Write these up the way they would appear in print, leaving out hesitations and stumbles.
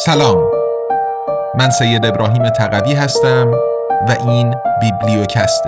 سلام، من سید ابراهیم تقوی هستم و این بیبلیوکسته.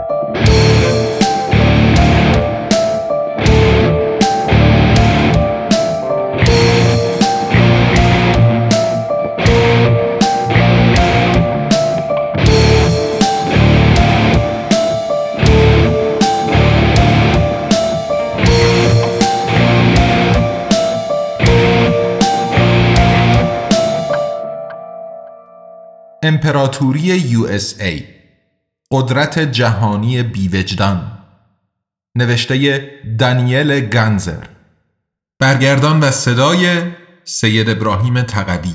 امپراتوری USA، قدرت جهانی بی‌وجدان، نوشته دانیل گانزر، برگردان و صدای سید ابراهیم تقوی.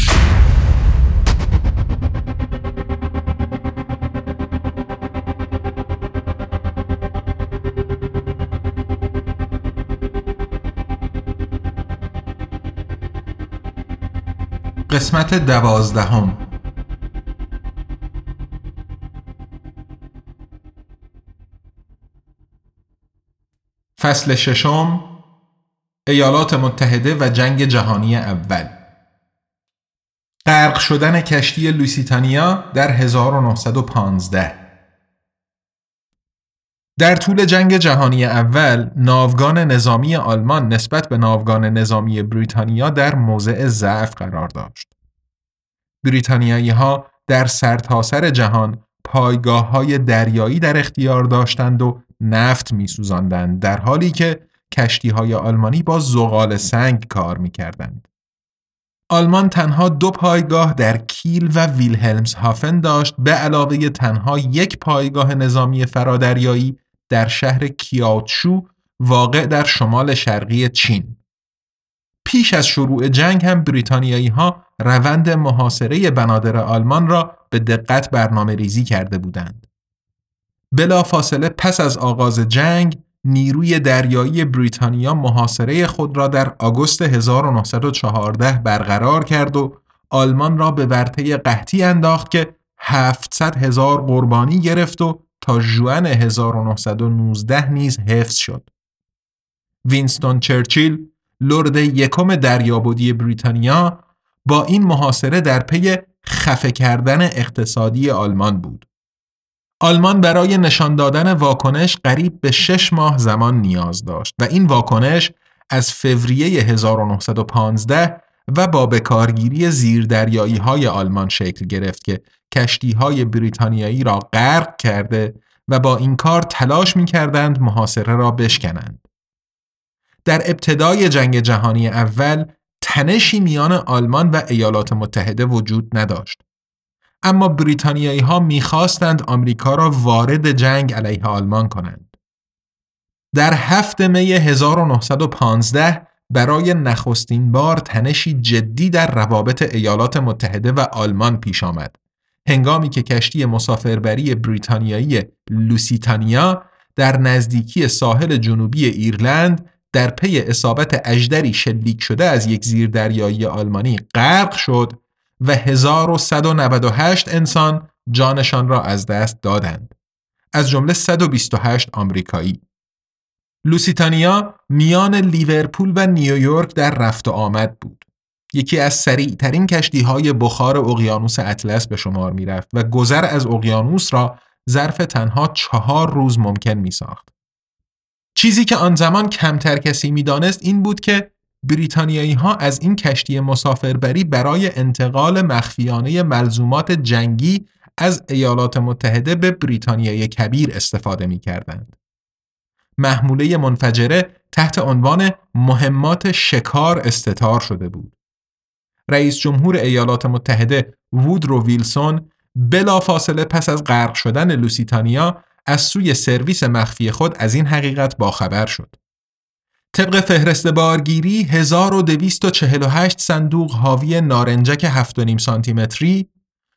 قسمت 12. فصل 6، ایالات متحده و جنگ جهانی اول. غرق شدن کشتی لوسیتانیا در 1915. در طول جنگ جهانی اول، ناوگان نظامی آلمان نسبت به ناوگان نظامی بریتانیا در موضع ضعف قرار داشت. بریتانیایی‌ها در سرتاسر جهان پایگاه‌های دریایی در اختیار داشتند و نفت می‌سوزاندند، در حالی که کشتی‌های آلمانی با زغال سنگ کار می‌کردند. آلمان تنها 2 پایگاه در کیل و ویلهلمسهافن داشت، به علاوه تنها 1 پایگاه نظامی فرادریایی در شهر کیاوتشو واقع در شمال شرقی چین. پیش از شروع جنگ هم بریتانیایی‌ها روند محاصره بنادر آلمان را به دقت برنامه‌ریزی کرده بودند. بلافاصله پس از آغاز جنگ، نیروی دریایی بریتانیا محاصره خود را در آگوست 1914 برقرار کرد و آلمان را به ورطه قحطی انداخت که 700,000 قربانی گرفت و تا ژوئن 1919 نیز حفظ شد. وینستون چرچیل، لرد یکم دریابدی بریتانیا، با این محاصره در پی خفه کردن اقتصادی آلمان بود. آلمان برای نشان دادن واکنش قریب به 6 ماه زمان نیاز داشت و این واکنش از فوریه 1915 و با بکارگیری زیردریایی‌های آلمان شکل گرفت که کشتی‌های بریتانیایی را غرق کرده و با این کار تلاش می‌کردند محاصره را بشکنند. در ابتدای جنگ جهانی اول تنشی میان آلمان و ایالات متحده وجود نداشت. اما بریتانیایی‌ها می‌خواستند آمریکا را وارد جنگ علیه آلمان کنند. در 7 می 1915 برای نخستین بار تنشی جدی در روابط ایالات متحده و آلمان پیش آمد، هنگامی که کشتی مسافربری بریتانیایی لوسیتانیا در نزدیکی ساحل جنوبی ایرلند در پی اصابت اژدری شلیک شده از یک زیردریایی آلمانی غرق شد و 1198 انسان جانشان را از دست دادند، از جمله 128 آمریکایی. لوسیتانیا میان لیورپول و نیویورک در رفت و آمد بود. یکی از سریعترین کشتی‌های بخار اقیانوس اطلس به شمار می‌رفت و گذر از اقیانوس را ظرف تنها 4 روز ممکن می‌ساخت. چیزی که آن زمان کمتر کسی می‌دانست این بود که بریتانیایی‌ها از این کشتی مسافربری برای انتقال مخفیانه ملزومات جنگی از ایالات متحده به بریتانیای کبیر استفاده می‌کردند. محموله منفجره تحت عنوان مهمات شکار استتار شده بود. رئیس جمهور ایالات متحده وودرو ویلسون بلافاصله پس از غرق شدن لوسیتانیا از سوی سرویس مخفی خود از این حقیقت باخبر شد. طبق فهرست بارگیری 1248 صندوق حاوی نارنجک 7.5 سانتیمتری،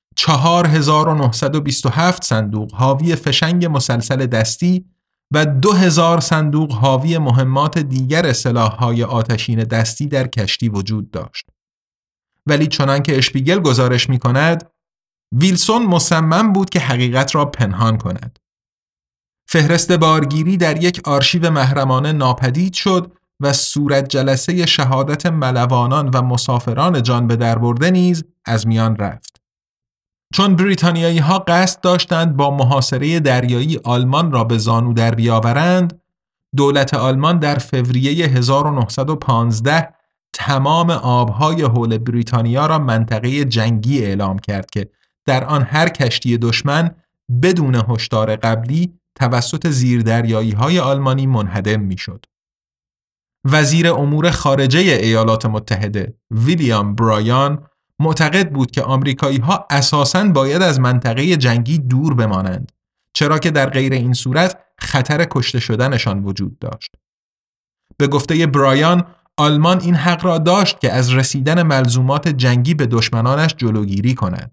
4927 صندوق حاوی فشنگ مسلسل دستی و 2000 صندوق حاوی مهمات دیگر سلاح‌های آتشین دستی در کشتی وجود داشت. ولی چنان که اشپیگل گزارش می‌کند، ویلسون مصمم بود که حقیقت را پنهان کند. فهرست بارگیری در یک آرشیو محرمانه ناپدید شد و صورت جلسه شهادت ملوانان و مسافران جان به در برده نیز از میان رفت. چون بریتانیایی ها قصد داشتند با محاصره دریایی آلمان را به زانو در بیاورند، دولت آلمان در فوریه 1915 تمام آبهای حول بریتانیا را منطقه جنگی اعلام کرد که در آن هر کشتی دشمن بدون هشدار قبلی توسط زیردریایی‌های آلمانی منهدم می‌شد. وزیر امور خارجه ایالات متحده ویلیام برایان معتقد بود که آمریکایی‌ها اساساً باید از منطقه جنگی دور بمانند، چرا که در غیر این صورت خطر کشته شدنشان وجود داشت. به گفته برایان، آلمان این حق را داشت که از رسیدن ملزومات جنگی به دشمنانش جلوگیری کند.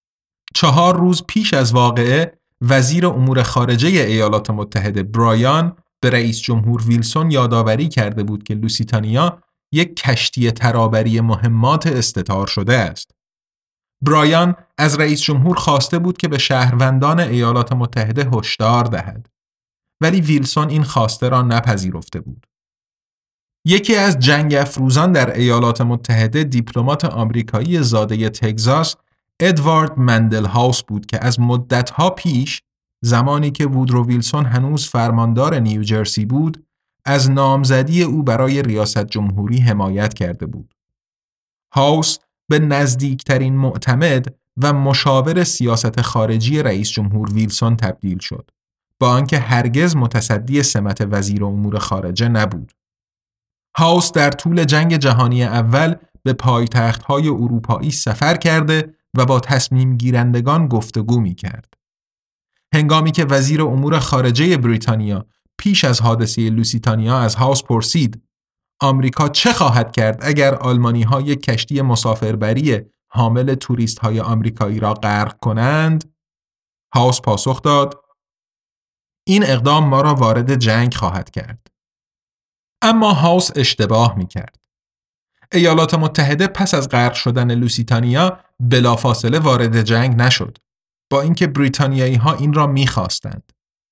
4 روز پیش از واقعه، وزیر امور خارجه ایالات متحده برایان به رئیس جمهور ویلسون یادآوری کرده بود که لوسیتانیا یک کشتی ترابری مهمات استتار شده است. برایان از رئیس جمهور خواسته بود که به شهروندان ایالات متحده هشدار دهد، ولی ویلسون این خواسته را نپذیرفته بود. یکی از جنگ افروزان در ایالات متحده دیپلمات آمریکایی زاده تگزاس ادوارد مندل هاوس بود که از مدتها پیش، زمانی که وودرو ویلسون هنوز فرماندار نیوجرسی بود، از نامزدی او برای ریاست جمهوری حمایت کرده بود. هاوس به نزدیکترین معتمد و مشاور سیاست خارجی رئیس جمهور ویلسون تبدیل شد، با آنکه هرگز متصدی سمت وزیر امور خارجه نبود. هاوس در طول جنگ جهانی اول به پایتخت‌های اروپایی سفر کرده و با تصمیم گیرندگان گفتگو می کرد. هنگامی که وزیر امور خارجه بریتانیا پیش از حادثه لوسیتانیا از هاوس پرسید آمریکا چه خواهد کرد اگر آلمانی‌ها یک کشتی مسافربری حامل توریست‌های آمریکایی را غرق کنند، هاوس پاسخ داد این اقدام ما را وارد جنگ خواهد کرد. اما هاوس اشتباه می‌کرد. ایالات متحده پس از غرق شدن لوسیتانیا بلافاصله وارد جنگ نشد، با اینکه بریتانیایی‌ها این را می‌خواستند.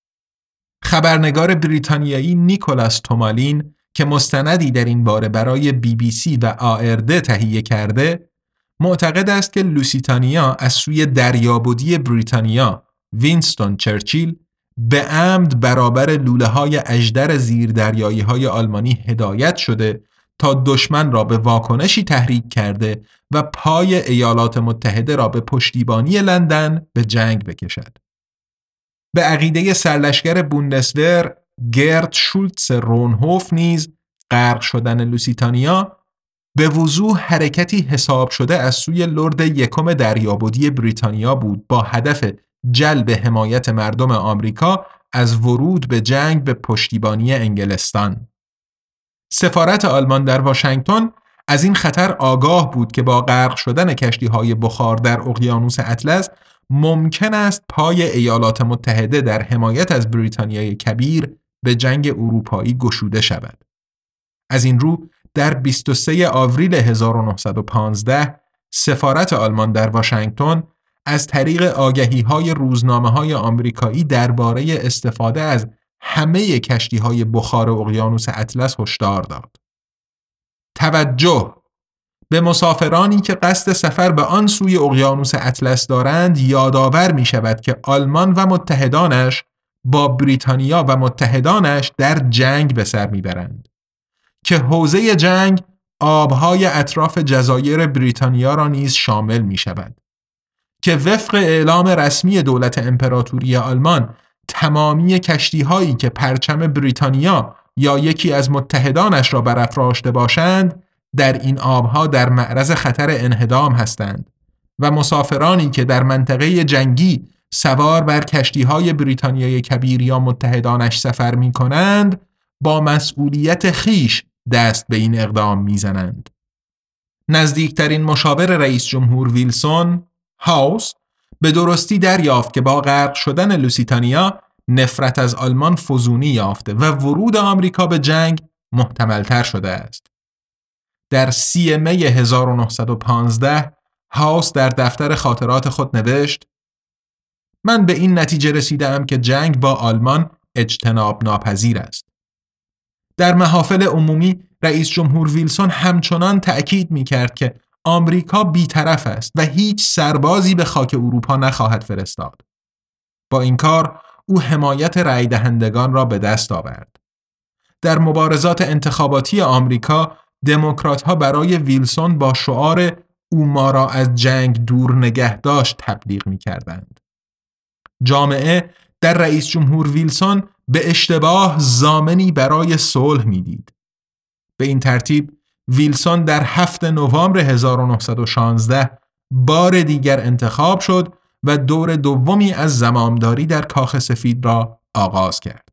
خبرنگار بریتانیایی نیکولاس تومالین که مستندی در این باره برای BBC و ARD تهیه کرده، معتقد است که لوسیتانیا از سوی دریابدی بریتانیا وینستون چرچیل به عمد برابر لوله‌های اژدر زیردریایی‌های آلمانی هدایت شده تا دشمن را به واکنشی تحریک کرده و پای ایالات متحده را به پشتیبانی لندن به جنگ بکشد. به عقیده سرلشکر بوندسور گرد شولتز رونهوف نیز غرق شدن لوسیتانیا به وضوح حرکتی حساب شده از سوی لرد یکم دریابدی بریتانیا بود با هدف جلب حمایت مردم آمریکا از ورود به جنگ به پشتیبانی انگلستان. سفارت آلمان در واشنگتن از این خطر آگاه بود که با غرق شدن کشتی‌های بخار در اقیانوس اطلس ممکن است پای ایالات متحده در حمایت از بریتانیای کبیر به جنگ اروپایی گشوده شود. از این رو در 23 آوریل 1915 سفارت آلمان در واشنگتن از طریق آگهی‌های روزنامه‌های آمریکایی درباره استفاده از همه کشتی‌های بخار اقیانوس اطلس هشدار داد. توجه! به مسافرانی که قصد سفر به آن سوی اقیانوس اطلس دارند یادآور می شود که آلمان و متحدانش با بریتانیا و متحدانش در جنگ به سر می برند که حوزه جنگ آبهای اطراف جزایر بریتانیا را نیز شامل می شود که وفق اعلام رسمی دولت امپراتوری آلمان تمامی کشتی‌هایی که پرچم بریتانیا یا یکی از متحدانش را برافراشته باشند در این آبها در معرض خطر انهدام هستند و مسافرانی که در منطقه جنگی سوار بر کشتی‌های بریتانیای کبیر یا متحدانش سفر می‌کنند با مسئولیت خیش دست به این اقدام می‌زنند. نزدیکترین مشاور رئیس جمهور ویلسون، هاوس، به درستی دریافت که با غرق شدن لوسیتانیا نفرت از آلمان فزونی یافته و ورود آمریکا به جنگ محتمل‌تر شده است. در 30 می 1915 هاوس در دفتر خاطرات خود نوشت: من به این نتیجه رسیدم که جنگ با آلمان اجتناب ناپذیر است. در محافل عمومی رئیس جمهور ویلسون همچنان تأکید می‌کرد که آمریکا بی‌طرف است و هیچ سربازی به خاک اروپا نخواهد فرستاد. با این کار او حمایت رأی دهندگان را به دست آورد. در مبارزات انتخاباتی آمریکا دموکرات‌ها برای ویلسون با شعار او ما را از جنگ دور نگه داشت تبلیغ می‌کردند. جامعه در رئیس جمهور ویلسون به اشتباه ضامنی برای صلح می‌دید. به این ترتیب ویلسون در 7 نوامبر 1916 بار دیگر انتخاب شد و دور دومی از زمامداری در کاخ سفید را آغاز کرد.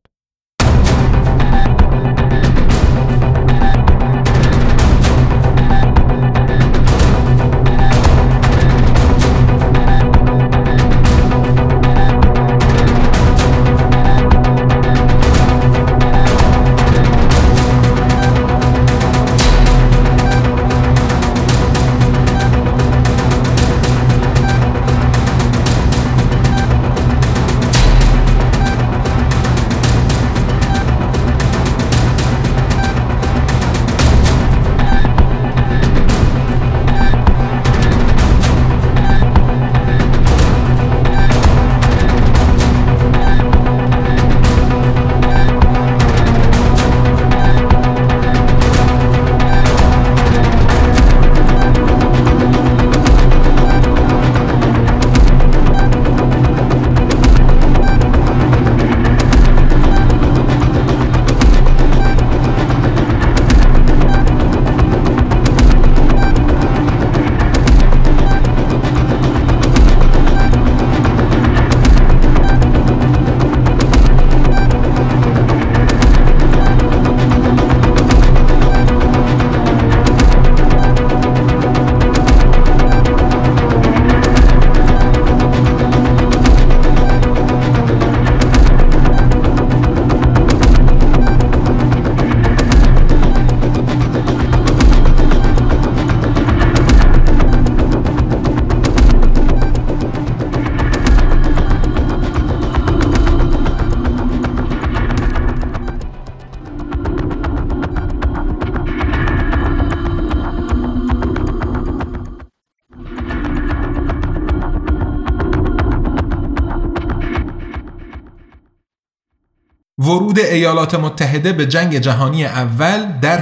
ورود ایالات متحده به جنگ جهانی اول در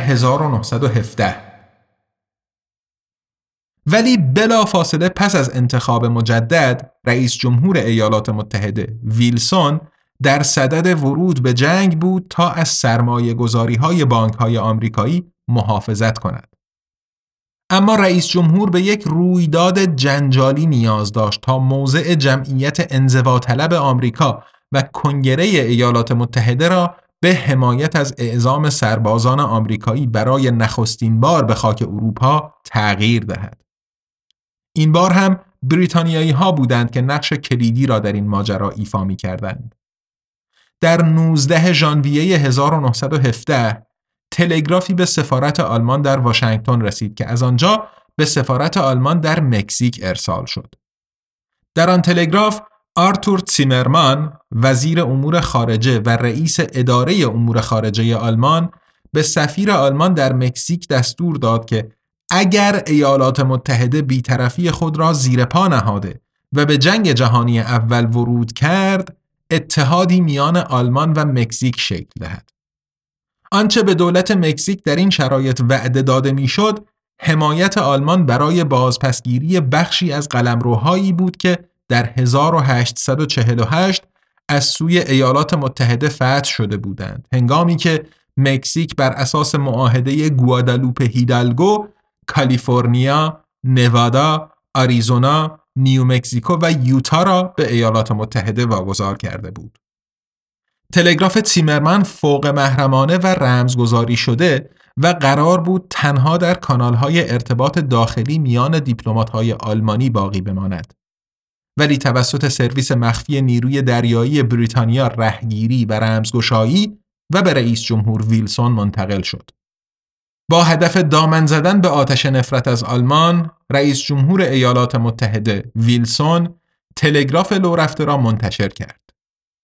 1917. ولی بلافاصله پس از انتخاب مجدد رئیس جمهور ایالات متحده ویلسون در صدد ورود به جنگ بود تا از سرمایه گذاری‌های بانک‌های آمریکایی محافظت کند. اما رئیس جمهور به یک رویداد جنجالی نیاز داشت تا موضع جمعیت انزواطلب آمریکا و کنگره ایالات متحده را به حمایت از اعزام سربازان آمریکایی برای نخستین بار به خاک اروپا تغییر دهد. این بار هم بریتانیایی ها بودند که نقش کلیدی را در این ماجرا ایفا می کردند. در 19 ژانویه 1917 تلگرافی به سفارت آلمان در واشنگتن رسید که از آنجا به سفارت آلمان در مکزیک ارسال شد. در آن تلگراف آرتور تیمرمان وزیر امور خارجه و رئیس اداره امور خارجه آلمان به سفیر آلمان در مکزیک دستور داد که اگر ایالات متحده بی‌طرفی خود را زیر پا نهاده و به جنگ جهانی اول ورود کرد، اتحادی میان آلمان و مکزیک شکل دهد. آنچه به دولت مکزیک در این شرایط وعده داده میشد، حمایت آلمان برای بازپسگیری بخشی از قلمروهایی بود که در 1848 از سوی ایالات متحده فتح شده بودند، هنگامی که مکزیک بر اساس معاهده گوادالوپ هیدالگو کالیفرنیا، نوادا، آریزونا، نیومکزیکو و یوتا را به ایالات متحده واگذار کرده بود. تلگراف تیمرمن فوق محرمانه و رمزگذاری شده و قرار بود تنها در کانال‌های ارتباط داخلی میان دیپلمات‌های آلمانی باقی بماند. ولی توسط سرویس مخفی نیروی دریایی بریتانیا رهگیری و رمزگشایی و به رئیس جمهور ویلسون منتقل شد. با هدف دامن زدن به آتش نفرت از آلمان، رئیس جمهور ایالات متحده ویلسون تلگراف لو رفته را منتشر کرد.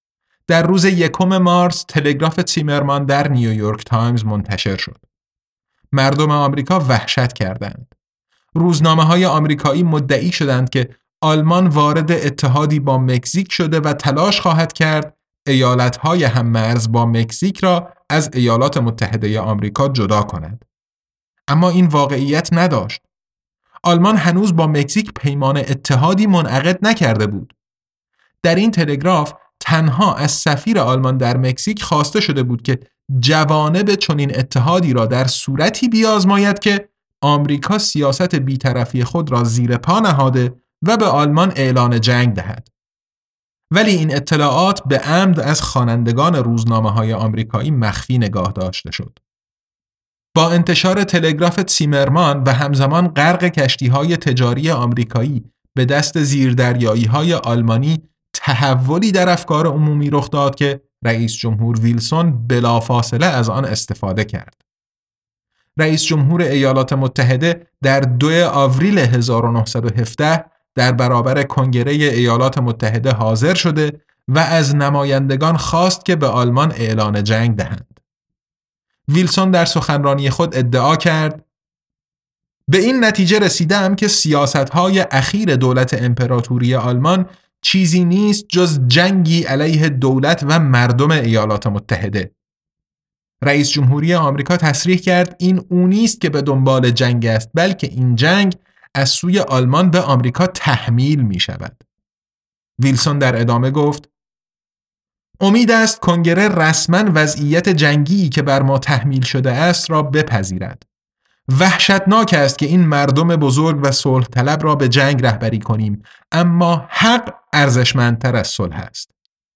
در روز 1 مارس تلگراف تیمرمان در نیویورک تایمز منتشر شد. مردم آمریکا وحشت کردند. روزنامه‌های آمریکایی مدعی شدند که آلمان وارد اتحادی با مکزیک شده و تلاش خواهد کرد ایالت‌های هم‌مرز با مکزیک را از ایالات متحده آمریکا جدا کند. اما این واقعیت نداشت. آلمان هنوز با مکزیک پیمان اتحادی منعقد نکرده بود. در این تلگراف تنها از سفیر آلمان در مکزیک خواسته شده بود که جوانب چنین اتحادی را در صورتی بیازماید که آمریکا سیاست بی‌طرفی خود را زیر پا نهاده و به آلمان اعلان جنگ دهد. ولی این اطلاعات به عمد از خوانندگان روزنامه‌های آمریکایی مخفی نگاه داشته شد. با انتشار تلگراف تیمرمان و همزمان غرق کشتی‌های تجاری آمریکایی به دست زیردریایی‌های آلمانی تحولی در افکار عمومی رخ داد که رئیس جمهور ویلسون بلافاصله از آن استفاده کرد. رئیس جمهور ایالات متحده در 2 آوریل 1917 در برابر کنگره ایالات متحده حاضر شده و از نمایندگان خواست که به آلمان اعلان جنگ دهند. ویلسون در سخنرانی خود ادعا کرد: به این نتیجه رسیدم که سیاست‌های اخیر دولت امپراتوری آلمان چیزی نیست جز جنگی علیه دولت و مردم ایالات متحده. رئیس جمهوری آمریکا تصریح کرد این او نیست که به دنبال جنگ است، بلکه این جنگ از سوی آلمان به آمریکا تحمیل می شود. ویلسون در ادامه گفت: امید است کنگره رسما وضعیت جنگی که بر ما تحمیل شده است را بپذیرد. وحشتناک است که این مردم بزرگ و صلح طلب را به جنگ رهبری کنیم، اما حق ارزشمندتر از صلح است.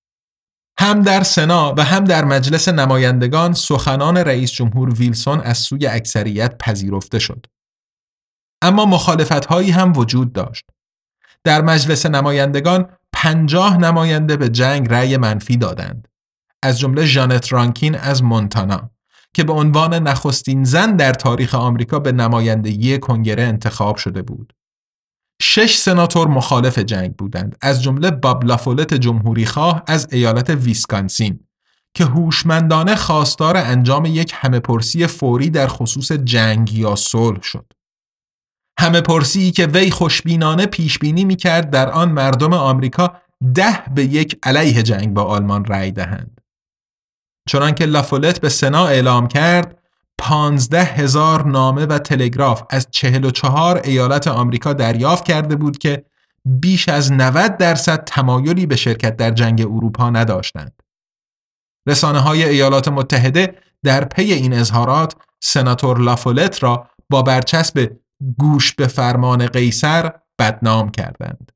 هم در سنا و هم در مجلس نمایندگان سخنان رئیس جمهور ویلسون از سوی اکثریت پذیرفته شد. اما مخالفت‌هایی هم وجود داشت. در مجلس نمایندگان 50 نماینده به جنگ رأی منفی دادند، از جمله ژانت رانکین از مونتانا که به عنوان نخستین زن در تاریخ آمریکا به نمایندگی کنگره انتخاب شده بود. 6 سناتور مخالف جنگ بودند، از جمله باب لافولت جمهوریخواه از ایالت ویسکانسین که هوشمندانه خواستار انجام یک همه‌پرسی فوری در خصوص جنگ یا صلح شد. همه‌پرسی که وی خوشبینانه پیشبینی می‌کرد در آن مردم آمریکا 10-1 علیه جنگ با آلمان رأی دهند. چنانکه لافولت به سنا اعلام کرد 15,000 نامه و تلگراف از 44 ایالت آمریکا دریافت کرده بود که بیش از 90% تمایلی به شرکت در جنگ اروپا نداشتند. رسانه‌های ایالات متحده در پی این اظهارات سناتور لافولت را با برچسب گوش به فرمان قیصر بدنام کردند.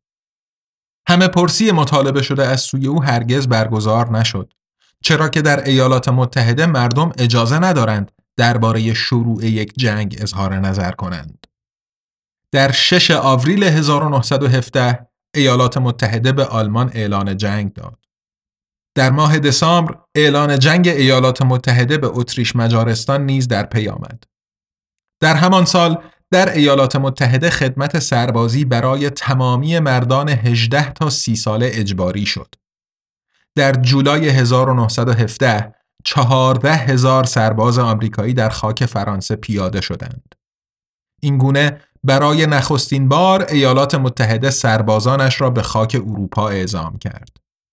همه‌پرسی مطالبه شده از سوی او هرگز برگزار نشد، چرا که در ایالات متحده مردم اجازه ندارند درباره شروع یک جنگ اظهار نظر کنند. در 6 آوریل 1917 ایالات متحده به آلمان اعلان جنگ داد. در ماه دسامبر اعلان جنگ ایالات متحده به اتریش مجارستان نیز در پی آمد. در همان سال در ایالات متحده خدمت سربازی برای تمامی مردان 18 تا 30 ساله اجباری شد. در جولای 1917 14,000 سرباز آمریکایی در خاک فرانسه پیاده شدند. این گونه برای نخستین بار ایالات متحده سربازانش را به خاک اروپا اعزام کرد.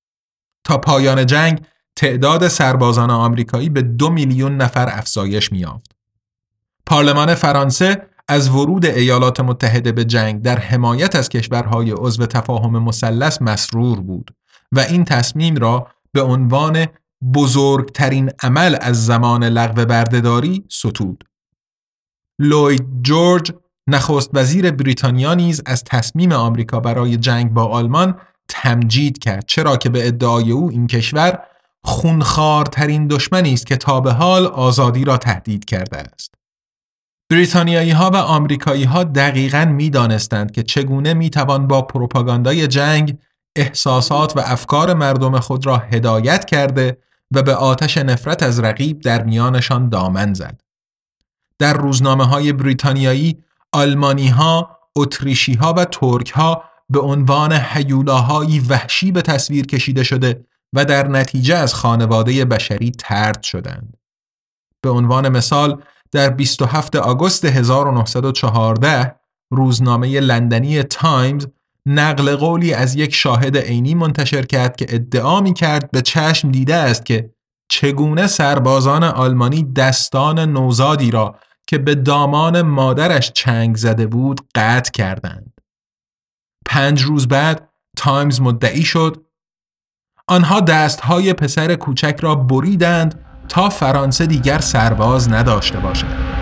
تا پایان جنگ تعداد سربازان آمریکایی به 2 میلیون نفر افزایش یافت. پارلمان فرانسه از ورود ایالات متحده به جنگ در حمایت از کشورهای عضو تفاهم مثلث مسرور بود و این تصمیم را به عنوان بزرگترین عمل از زمان لغو بردهداری ستود. لوید جورج نخست وزیر بریتانیا نیز از تصمیم آمریکا برای جنگ با آلمان تمجید کرد، چرا که به ادعای او این کشور خونخوارترین دشمنی است که تا به حال آزادی را تهدید کرده است. بریتانیایی‌ها و آمریکایی‌ها دقیقاً می‌دانستند که چگونه می‌توان با پروپاگاندای جنگ احساسات و افکار مردم خود را هدایت کرده و به آتش نفرت از رقیب در میانشان دامن زد. در روزنامه‌های بریتانیایی آلمانی‌ها، اتریشی‌ها و ترک‌ها به عنوان هیولاهایی وحشی به تصویر کشیده شده و در نتیجه از خانواده بشری طرد شدند. به عنوان مثال در 27 آگوست 1914 روزنامه لندنی تایمز نقل قولی از یک شاهد عینی منتشر کرد که ادعا می‌کرد به چشم دیده است که چگونه سربازان آلمانی دستان نوزادی را که به دامان مادرش چنگ زده بود قطع کردند. 5 روز بعد تایمز مدعی شد آنها دستهای پسر کوچک را بریدند تا فرانسه دیگر سرباز نداشته باشد.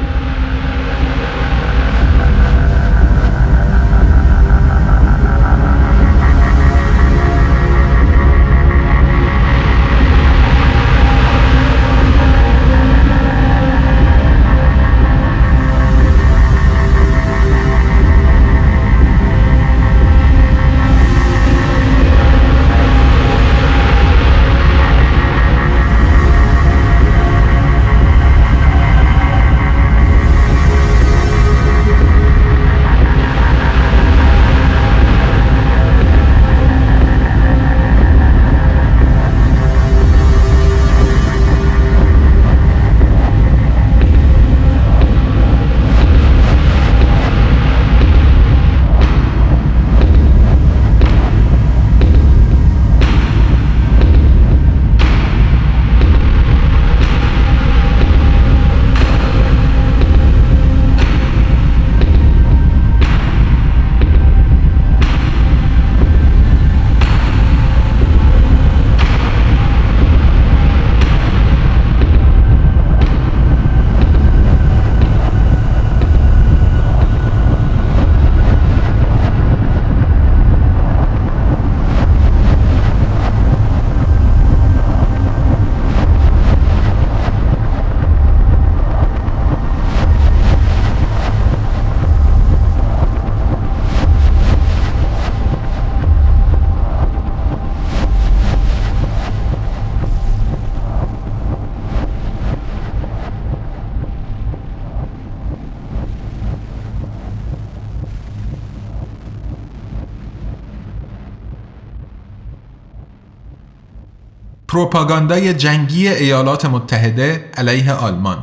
پروپاگاندای جنگی ایالات متحده علیه آلمان.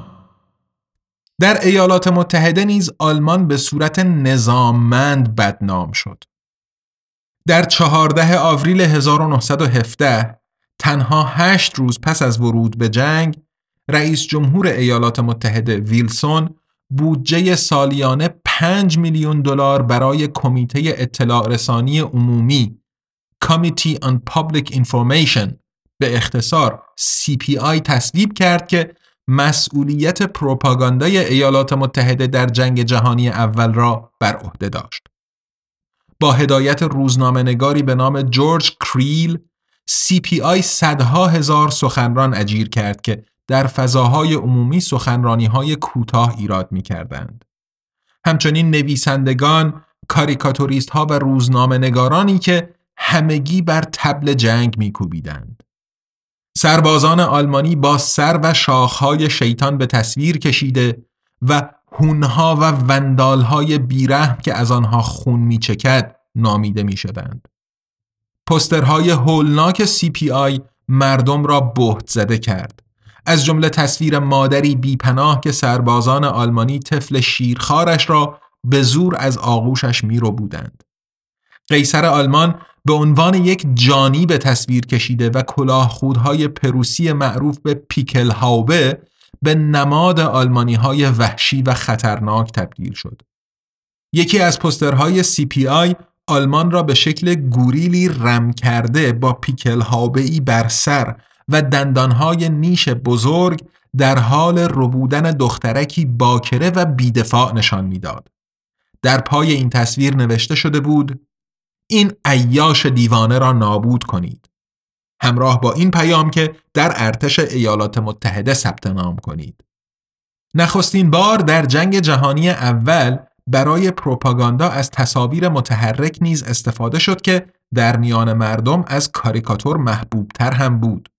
در ایالات متحده نیز آلمان به صورت نظاممند بدنام شد. در 14 آوریل 1917 تنها 8 روز پس از ورود به جنگ، رئیس جمهور ایالات متحده ویلسون بودجه سالیانه 5 میلیون دلار برای کمیته اطلاع رسانی عمومی Committee on Public Information به اختصار CPI تصویب کرد که مسئولیت پروپاگاندای ایالات متحده در جنگ جهانی اول را بر عهده داشت. با هدایت روزنامه‌نگاری به نام جورج کریل، CPI صدها هزار سخنران اجیر کرد که در فضاهای عمومی سخنرانی‌های کوتاه ایراد می‌کردند. همچنین نویسندگان، کاریکاتوریست‌ها و روزنامه‌نگارانی که همگی بر طبل جنگ می‌کوبیدند. سربازان آلمانی با سر و شاخهای شیطان به تصویر کشیده و هونها و وندالهای بیرحم که از آنها خون میچکد نامیده میشدند. پوسترهای هولناک CPI مردم را بهت زده کرد. از جمله تصویر مادری بیپناه که سربازان آلمانی طفل شیرخوارش را به زور از آغوشش میربودند. قیصر آلمان به عنوان یک جانی به تصویر کشیده و کلاهخودهای پروسی معروف به پیکلهاوبه به نماد آلمانی‌های وحشی و خطرناک تبدیل شد. یکی از پوسترهای CPI آلمان را به شکل گوریلی رم کرده با پیکلهاوبه‌ای بر سر و دندانهای نیش بزرگ در حال ربودن دخترکی باکره و بیدفاع نشان می‌داد. در پای این تصویر نوشته شده بود: این عیاش دیوانه را نابود کنید. همراه با این پیام که در ارتش ایالات متحده ثبت نام کنید. نخستین بار در جنگ جهانی اول برای پروپاگاندا از تصاویر متحرک نیز استفاده شد که در میان مردم از کاریکاتور محبوبتر هم بود.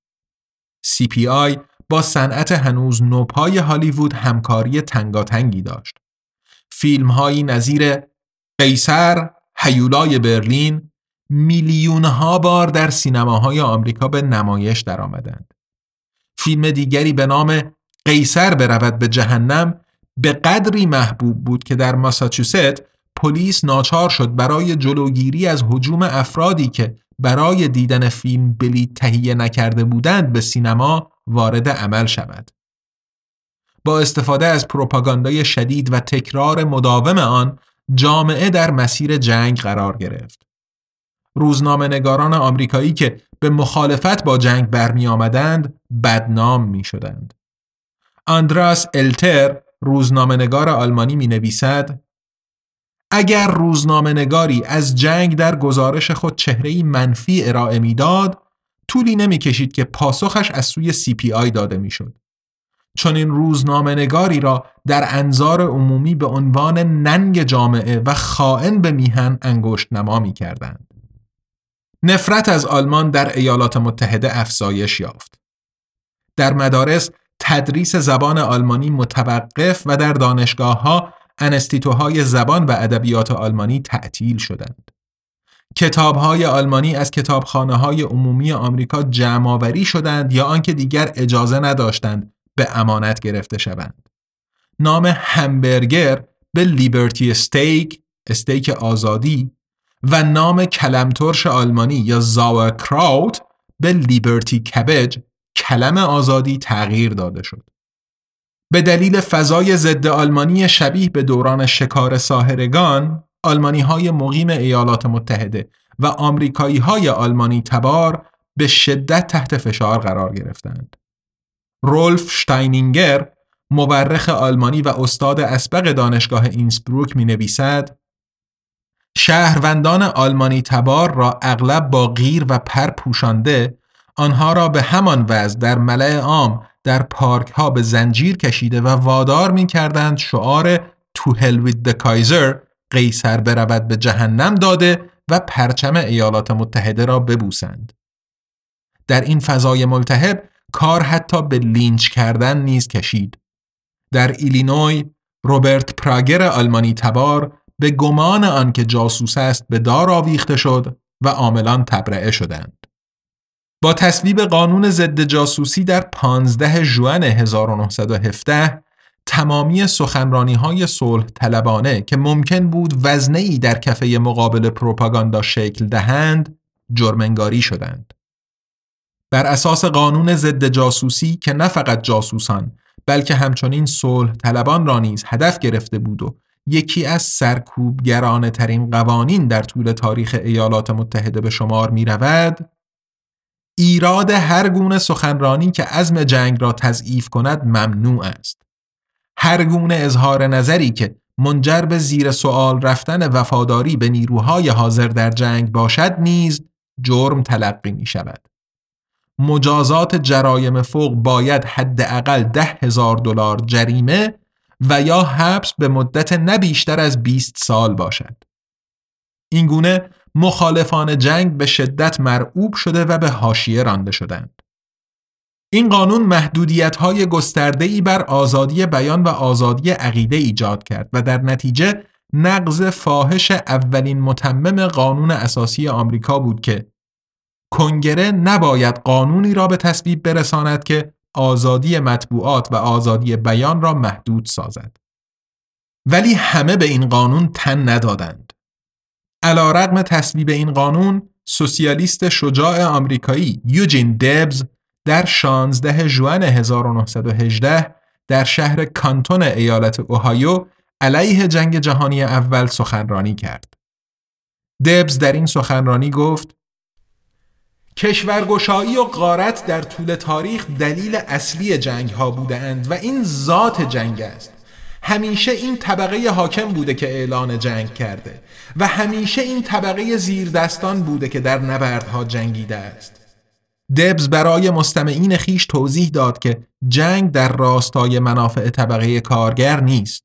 CPI با صنعت هنوز نوپای هالیوود همکاری تنگاتنگی داشت. فیلم‌هایی نظیر قیصر، هیولای برلین، میلیون‌ها بار در سینماهای آمریکا به نمایش درآمدند. فیلم دیگری به نام قیصر برود به جهنم به قدری محبوب بود که در ماساچوست پلیس ناچار شد برای جلوگیری از هجوم افرادی که برای دیدن فیلم بلیط تهیه نکرده بودند به سینما وارد عمل شود. با استفاده از پروپاگاندای شدید و تکرار مداوم آن، جامعه در مسیر جنگ قرار گرفت. روزنامه‌نگاران آمریکایی که به مخالفت با جنگ برمی آمدند بدنام می شدند. آندراس التر، روزنامه‌نگار آلمانی می نویسد: اگر روزنامه‌نگاری از جنگ در گزارش خود چهره‌ای منفی ارائه می‌داد، طولی نمی‌کشید که پاسخش از سوی CPI داده می‌شد. چون این روزنامه‌نگاری را در انظار عمومی به عنوان ننگ جامعه و خائن به میهن انگشت نما می‌کردند. نفرت از آلمان در ایالات متحده افزایش یافت. در مدارس تدریس زبان آلمانی متوقف و در دانشگاه‌ها انستیتوهای زبان و ادبیات آلمانی تعطیل شدند. کتاب‌های آلمانی از کتابخانه‌های عمومی آمریکا جمع‌آوری شدند یا آنکه دیگر اجازه نداشتند به امانت گرفته شوند. نام همبرگر به لیبرتی استیک آزادی و نام کلمترش آلمانی یا زاورکراوت به لیبرتی کبج کلم آزادی تغییر داده شد. به دلیل فضای ضد آلمانی شبیه به دوران شکار ساحرگان، آلمانی‌های مقیم ایالات متحده و آمریکایی‌های آلمانی تبار به شدت تحت فشار قرار گرفتند. رولف شتاینینگر، مورخ آلمانی و استاد اسبق دانشگاه اینسبروک می‌نویسد: شهروندان آلمانی تبار را اغلب با غیر و پر پوشانده، آنها را به همان وضع در ملأ عام در پارک ها به زنجیر کشیده و وادار می کردند شعار To hell with the Kaiser، قیصر برود به جهنم داده و پرچم ایالات متحده را ببوسند. در این فضای ملتهب کار حتی به لینچ کردن نیز کشید. در ایلینوی روبرت پراگر آلمانی تبار به گمان آنکه جاسوس است به دار آویخته شد و عاملان تبرئه شدند. با تصویب قانون ضد جاسوسی در 15 ژوئن 1917 تمامی سخنرانی‌های صلح طلبانه که ممکن بود وزنه‌ای در کفه مقابل پروپاگاندا شکل دهند جرم‌انگاری شدند. بر اساس قانون ضد جاسوسی که نه فقط جاسوسان بلکه همچنین صلح طلبان را نیز هدف گرفته بود و یکی از سرکوبگرانه ترین قوانین در طول تاریخ ایالات متحده به شمار می رود، ایراد هر گونه سخنرانی که عزم جنگ را تضعیف کند ممنوع است. هر گونه اظهار نظری که منجر به زیر سوال رفتن وفاداری به نیروهای حاضر در جنگ باشد نیز جرم تلقی می شود. مجازات جرایم فوق باید حداقل $10,000 جریمه و یا حبس به مدت نه بیشتر از 20 سال باشد. این گونه مخالفان جنگ به شدت مرعوب شده و به حاشیه رانده شدند. این قانون محدودیت‌های گسترده‌ای بر آزادی بیان و آزادی عقیده ایجاد کرد و در نتیجه نقض فاحش اولین متمم قانون اساسی آمریکا بود که کنگره نباید قانونی را به تصویب برساند که آزادی مطبوعات و آزادی بیان را محدود سازد. ولی همه به این قانون تن ندادند. علی‌رغم تصویب این قانون، سوسیالیست شجاع آمریکایی یوجین دبز در 16 ژوئن 1918 در شهر کانتون ایالت اوهایو علیه جنگ جهانی اول سخنرانی کرد. دبز در این سخنرانی گفت: کشورگشایی و غارت در طول تاریخ دلیل اصلی جنگ ها بودند و این ذات جنگ است. همیشه این طبقه حاکم بوده که اعلان جنگ کرده و همیشه این طبقه زیردستان بوده که در نبردها جنگیده است. دبز برای مستمعین خیش توضیح داد که جنگ در راستای منافع طبقه کارگر نیست.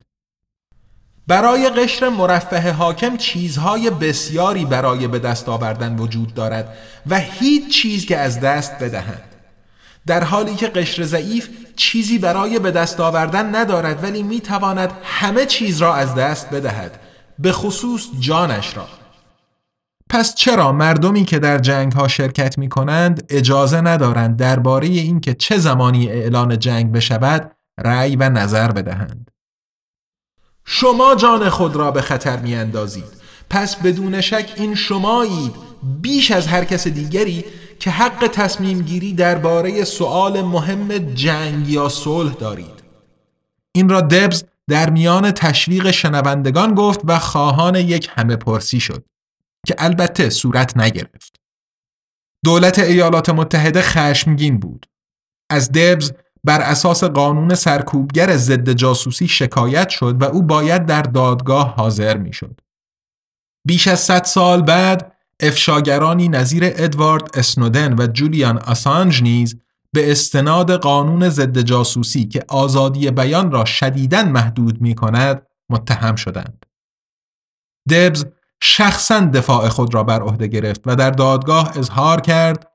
برای قشر مرفه حاکم چیزهای بسیاری برای به دست آوردن وجود دارد و هیچ چیز که از دست بدهند، در حالی که قشر ضعیف چیزی برای به دست آوردن ندارد ولی میتواند همه چیز را از دست بدهد، به خصوص جانش را. پس چرا مردمی که در جنگ ها شرکت می کنند اجازه ندارند درباره اینکه چه زمانی اعلان جنگ بشود رأی و نظر بدهند؟ شما جان خود را به خطر می اندازید. پس بدون شک این شمایید بیش از هر کس دیگری که حق تصمیم گیری درباره سؤال مهم جنگ یا صلح دارید. این را دبز در میان تشویق شنوندگان گفت و خواهان یک همه پرسی شد که البته صورت نگرفت. دولت ایالات متحده خشمگین بود. از دبز بر اساس قانون سرکوبگر ضد جاسوسی شکایت شد و او باید در دادگاه حاضر می شد. بیش از 100 سال بعد افشاگرانی نظیر ادوارد اسنودن و جولیان آسانج نیز به استناد قانون ضد جاسوسی که آزادی بیان را شدیداً محدود می کند متهم شدند. دبز شخصاً دفاع خود را بر عهده گرفت و در دادگاه اظهار کرد: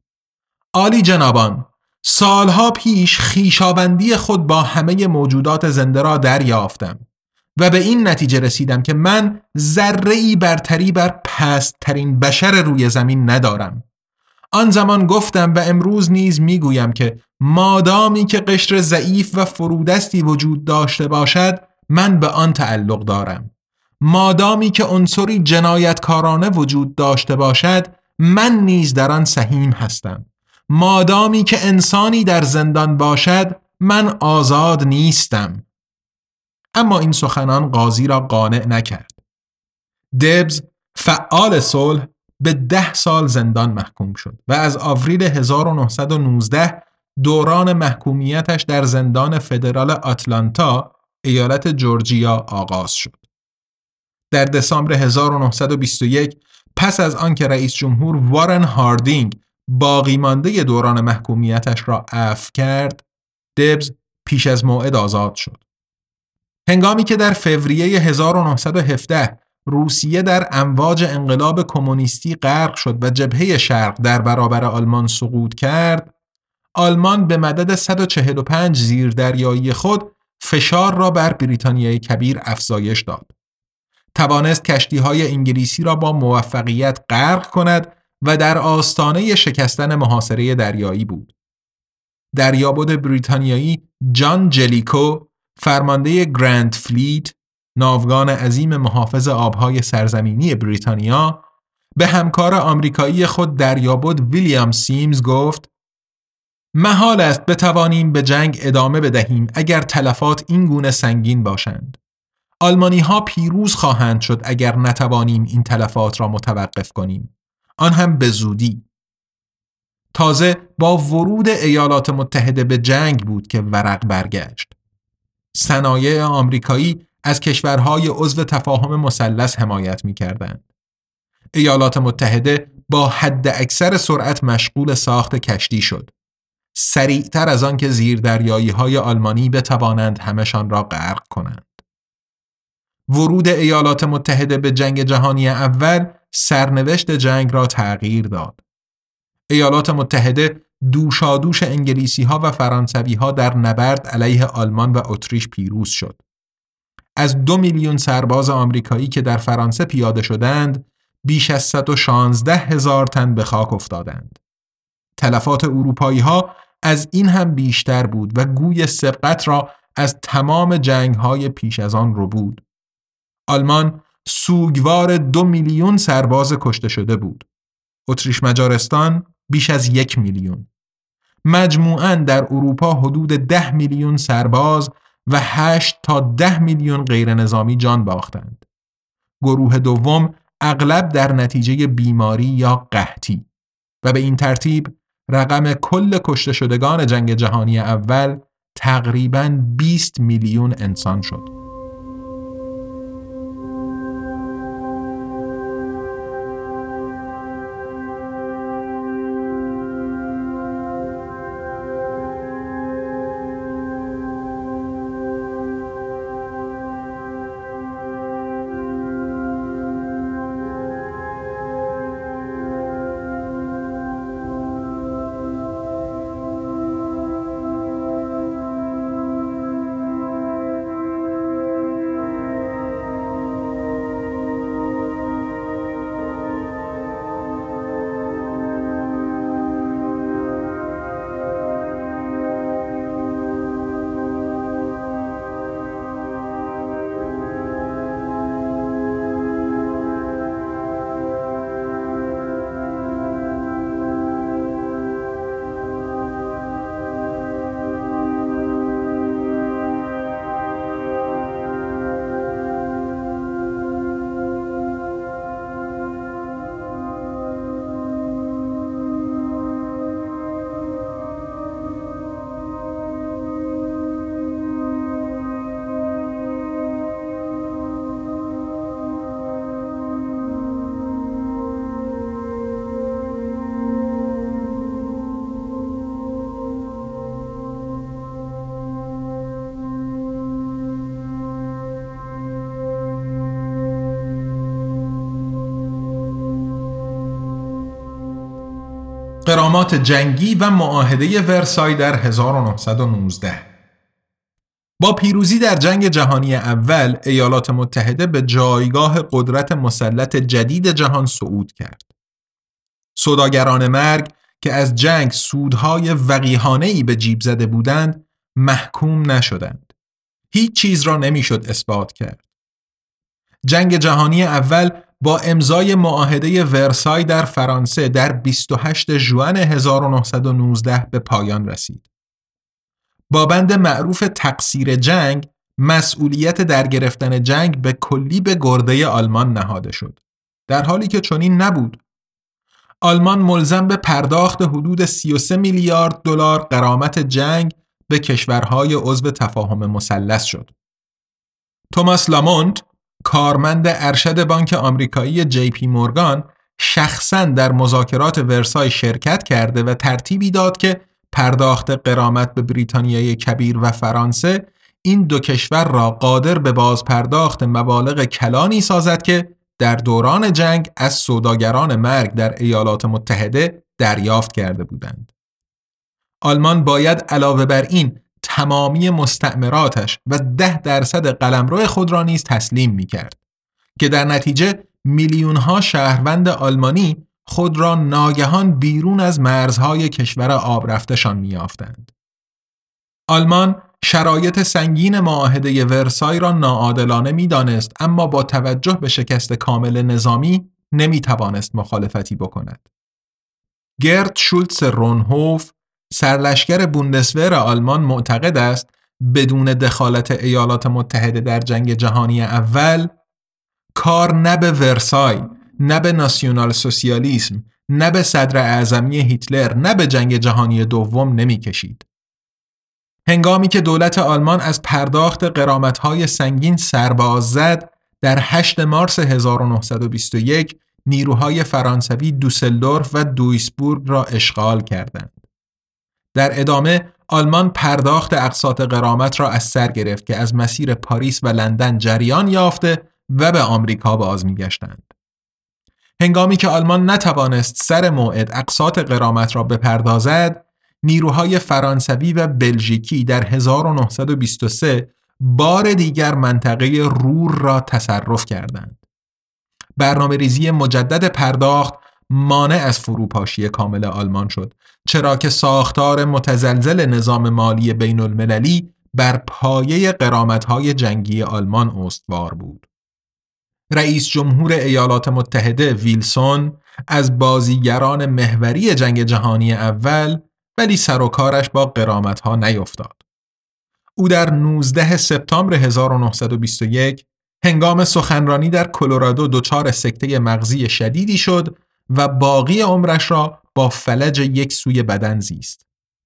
عالی جنابان، سالها پیش خویشاوندی خود با همه موجودات زنده را دریافتم و به این نتیجه رسیدم که من ذره‌ای برتری بر پست‌ترین بشر روی زمین ندارم. آن زمان گفتم و امروز نیز میگویم که مادامی که قشر ضعیف و فرودستی وجود داشته باشد من به آن تعلق دارم. مادامی که عنصری جنایتکارانه وجود داشته باشد من نیز در آن سهیم هستم. مادامی که انسانی در زندان باشد من آزاد نیستم. اما این سخنان قاضی را قانع نکرد. دبز فعال صلح به 10 سال زندان محکوم شد و از آوریل 1919 دوران محکومیتش در زندان فدرال آتلانتا ایالت جورجیا آغاز شد. در دسامبر 1921 پس از آنکه رئیس جمهور وارن هاردینگ باقی مانده دوران محکومیتش را عفو کرد، دبز پیش از موعد آزاد شد. هنگامی که در فوریه 1917 روسیه در امواج انقلاب کمونیستی غرق شد و جبهه شرق در برابر آلمان سقوط کرد، آلمان به مدد 145 زیردریایی خود فشار را بر بریتانیای کبیر افزایش داد. توانست کشتی‌های انگلیسی را با موفقیت غرق کند و در آستانه شکستن محاصره دریایی بود. دریابد بریتانیایی جان جلیکو، فرمانده گرند فلیت، ناوگان عظیم محافظ آبهای سرزمینی بریتانیا، به همکار آمریکایی خود دریابد ویلیام سیمز گفت: محال است بتوانیم به جنگ ادامه بدهیم اگر تلفات این گونه سنگین باشند. آلمانی ها پیروز خواهند شد اگر نتوانیم این تلفات را متوقف کنیم، آن هم به زودی. تازه با ورود ایالات متحده به جنگ بود که ورق برگشت. صنایع آمریکایی از کشورهای عضو تفاهم مثلث حمایت می‌کردند. ایالات متحده با حد اکثر سرعت مشغول ساخت کشتی شد، سریعتر از آن که زیردریایی‌های آلمانی بتوانند همشان را غرق کنند. ورود ایالات متحده به جنگ جهانی اول سرنوشت جنگ را تغییر داد. ایالات متحده دوشادوش انگلیسی‌ها و فرانسوی‌ها در نبرد علیه آلمان و اتریش پیروز شد. از 2 میلیون سرباز آمریکایی که در فرانسه پیاده شدند، بیش از 116,000 تن به خاک افتادند. تلفات اروپایی‌ها از این هم بیشتر بود و گوی سبقت را از تمام جنگ‌های پیش از آن ربود. آلمان سوگوار 2 میلیون سرباز کشته شده بود. اتریش مجارستان بیش از 1 میلیون. مجموعاً در اروپا حدود 10 میلیون سرباز و 8 تا 10 میلیون غیر نظامی جان باختند. گروه دوم اغلب در نتیجه بیماری یا قحطی و به این ترتیب رقم کل کشته شدگان جنگ جهانی اول تقریباً 20 میلیون انسان شد. غرامات جنگی و معاهده ورسای در 1919. با پیروزی در جنگ جهانی اول، ایالات متحده به جایگاه قدرت مسلط جدید جهان صعود کرد. سوداگران مرگ که از جنگ سودهای وقیحانه‌ای به جیب زده بودند، محکوم نشدند. هیچ چیز را نمیشد اثبات کرد. جنگ جهانی اول با امضای معاهده ورسای در فرانسه در 28 ژوئن 1919 به پایان رسید. با بند معروف تقصیر جنگ، مسئولیت در گرفتن جنگ به کلی به گرده آلمان نهاده شد، در حالی که چنین نبود. آلمان ملزم به پرداخت حدود 33 میلیارد دلار غرامت جنگ به کشورهای عضو تفاهم مثلث شد. توماس لامونت، کارمند ارشد بانک آمریکایی جی پی مورگان، شخصاً در مذاکرات ورسای شرکت کرده و ترتیبی داد که پرداخت غرامت به بریتانیای کبیر و فرانسه این دو کشور را قادر به باز پرداخت مبالغ کلانی سازد که در دوران جنگ از سوداگران مرگ در ایالات متحده دریافت کرده بودند. آلمان باید علاوه بر این تمامی مستعمراتش و 10% قلمرو خود را نیز تسلیم می‌کرد که در نتیجه میلیون‌ها شهروند آلمانی خود را ناگهان بیرون از مرزهای کشور آب رفتشان می‌یافتند. آلمان شرایط سنگین معاهده ورسای را ناعادلانه می‌دانست، اما با توجه به شکست کامل نظامی نمی‌توانست مخالفتی بکند. گرت شولتز رونهوف، سرلشکر بوندسور آلمان، معتقد است بدون دخالت ایالات متحده در جنگ جهانی اول، کار نه به ورسای، نه به ناسیونال سوسیالیسم، نه به صدر اعظمی هیتلر، نه به جنگ جهانی دوم نمی کشید. هنگامی که دولت آلمان از پرداخت غرامت‌های سنگین سرباز زد، در 8 مارس 1921 نیروهای فرانسوی دوسلدورف و دویسبورگ را اشغال کردند. در ادامه آلمان پرداخت اقساط غرامت را از سر گرفت که از مسیر پاریس و لندن جریان یافته و به آمریکا باز می‌گشتند. هنگامی که آلمان نتوانست سر موعد اقساط غرامت را بپردازد، نیروهای فرانسوی و بلژیکی در 1923 بار دیگر منطقه رور را تصرف کردند. برنامه‌ریزی مجدد پرداخت مانع از فروپاشی کامل آلمان شد، چرا که ساختار متزلزل نظام مالی بین المللی بر پایه غرامت‌های جنگی آلمان استوار بود. رئیس جمهور ایالات متحده ویلسون از بازیگران محوری جنگ جهانی اول، ولی سر و کارش با غرامت‌ها نیفتاد. او در 19 سپتامبر 1921 هنگام سخنرانی در کلرادو دچار سکته مغزی شدیدی شد و باقی عمرش را با فلج یک سوی بدن زیست.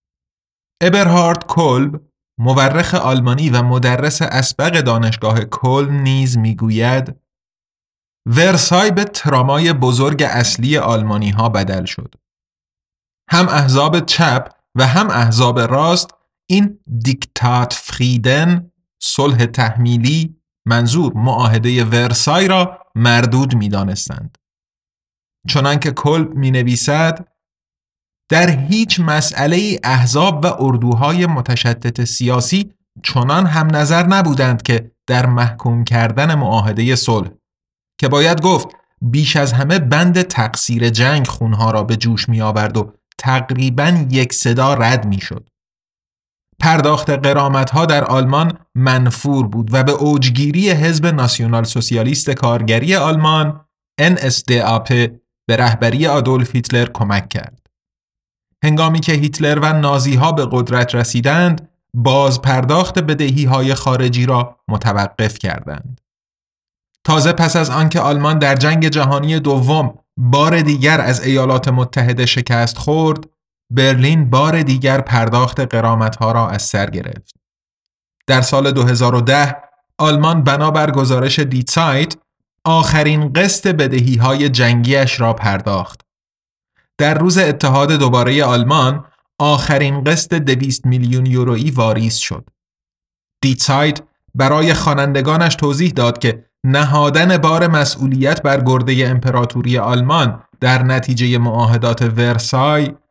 ابرهارد کلب، مورخ آلمانی و مدرس اسبق دانشگاه کلن، نیز میگوید ورسای به ترامای بزرگ اصلی آلمانی ها بدل شد. هم احزاب چپ و هم احزاب راست این دیکتات فریدن، صلح تحمیلی، منظور معاهده ورسای را مردود می دانستند. چنانکه کلب می نویسد در هیچ مسئله احزاب و اردوهای متشدد سیاسی چنان هم نظر نبودند که در محکوم کردن معاهده صلح، که باید گفت بیش از همه بند تقصیر جنگ خونها را به جوش می آورد و تقریباً یک صدا رد می شد. پرداخت غرامت‌ها در آلمان منفور بود و به اوجگیری حزب ناسیونال سوسیالیست کارگری آلمان NSDAP به رهبری آدولف هیتلر کمک کرد. هنگامی که هیتلر و نازی‌ها به قدرت رسیدند، باز پرداخت بدهی‌های خارجی را متوقف کردند. تازه پس از آنکه آلمان در جنگ جهانی دوم بار دیگر از ایالات متحده شکست خورد، برلین بار دیگر پرداخت غرامت‌ها را از سر گرفت. در سال 2010 آلمان بنابر گزارش دی زایت آخرین قسط بدهی‌های جنگیش را پرداخت. در روز اتحاد دوباره آلمان آخرین قسط 200 میلیون یورویی واریز شد. دی زایت برای خوانندگانش توضیح داد که نهادن بار مسئولیت بر گرده امپراتوری آلمان در نتیجه معاهدات ورسای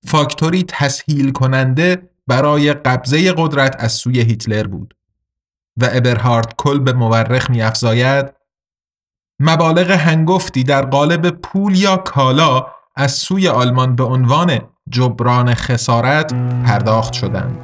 فاکتوری تسهیل کننده برای قبضه قدرت از سوی هیتلر بود. و ابرهارد کلب مورخ می‌افزاید مبالغ هنگفتی در قالب پول یا کالا از سوی آلمان به عنوان جبران خسارت پرداخت شدند.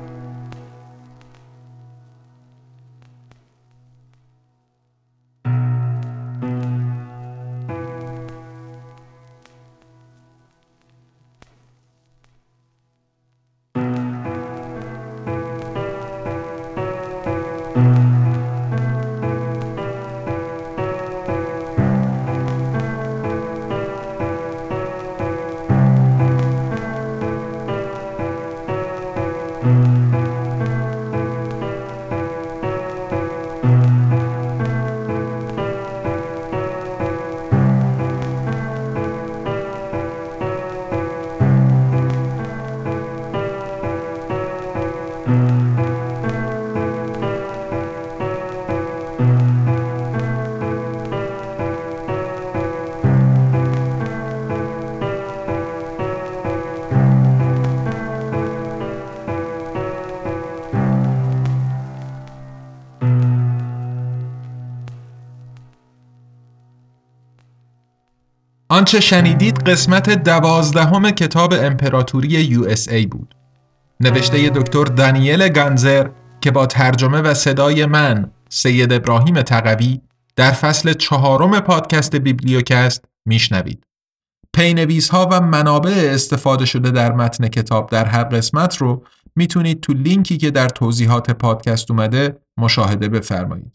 آنچه شنیدید قسمت 12 کتاب امپراتوری USA بود. نوشته دکتر دانیل گانزر که با ترجمه و صدای من سید ابراهیم تقوی در فصل 4 پادکست بیبلیوکست میشنوید. پینویزها و منابع استفاده شده در متن کتاب در هر قسمت رو میتونید تو لینکی که در توضیحات پادکست اومده مشاهده بفرمایید.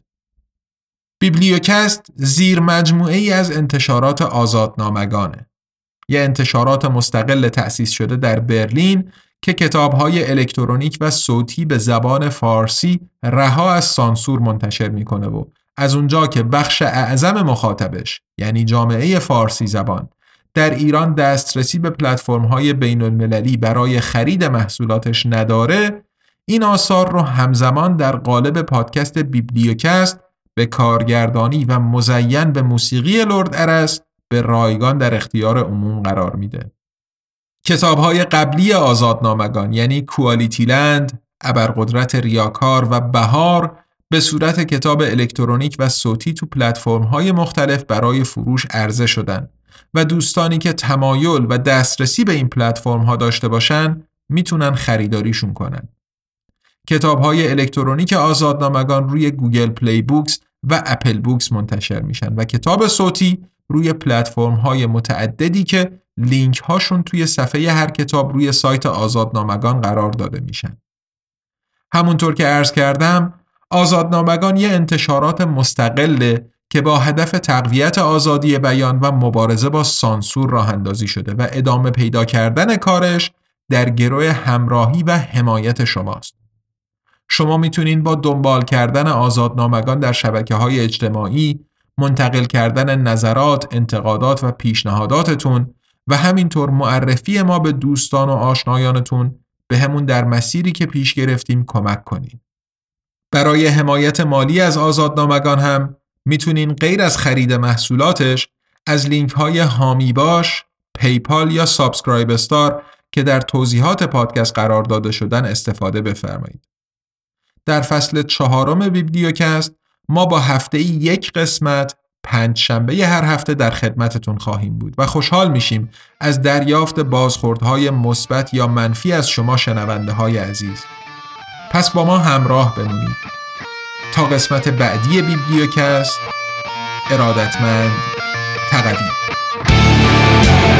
بیبلیوکست زیر مجموعه ای از انتشارات آزادنامگانه. یه انتشارات مستقل تأسیس شده در برلین که کتاب‌های الکترونیک و صوتی به زبان فارسی رها از سانسور منتشر میکنه و از اونجا که بخش اعظم مخاطبش یعنی جامعه فارسی زبان در ایران دسترسی به پلتفرم‌های بین‌المللی برای خرید محصولاتش نداره، این آثار رو همزمان در قالب پادکست بیبلیوکست به کارگردانی و مزین به موسیقی لرد ارس به رایگان در اختیار عموم قرار میده. کتاب‌های قبلی آزادنامگان یعنی کوالیتی لند، ابرقدرت ریاکار و بهار به صورت کتاب الکترونیک و صوتی تو پلتفرم‌های مختلف برای فروش عرضه شدن و دوستانی که تمایل و دسترسی به این پلتفرم‌ها داشته باشن میتونن خریداریشون کنن. کتاب‌های الکترونیک آزادنامگان روی گوگل پلی بوکس و اپل بوکس منتشر میشن و کتاب صوتی روی پلتفرم‌های متعددی که لینک هاشون توی صفحه هر کتاب روی سایت آزادنامگان قرار داده میشن. همونطور که عرض کردم، آزادنامگان یه انتشارات مستقله که با هدف تقویت آزادی بیان و مبارزه با سانسور راه اندازی شده و ادامه پیدا کردن کارش در گروه همراهی و حمایت شماست. شما میتونین با دنبال کردن آزادنامگان در شبکه‌های اجتماعی، منتقل کردن نظرات، انتقادات و پیشنهاداتتون و همینطور معرفی ما به دوستان و آشنایانتون به همون در مسیری که پیش گرفتیم کمک کنین. برای حمایت مالی از آزادنامگان هم میتونین غیر از خرید محصولاتش از لینک های هامی باش، پیپال یا سابسکرایب استار که در توضیحات پادکست قرار داده شدن استفاده بفرمایید. در فصل 4 بیبلیوکست ما با هفته 1 قسمت 5 شنبه هر هفته در خدمتتون خواهیم بود و خوشحال میشیم از دریافت بازخوردهای مثبت یا منفی از شما شنونده های عزیز. پس با ما همراه بمونید. تا قسمت بعدی بیبلیوکست، ارادتمند تقوی.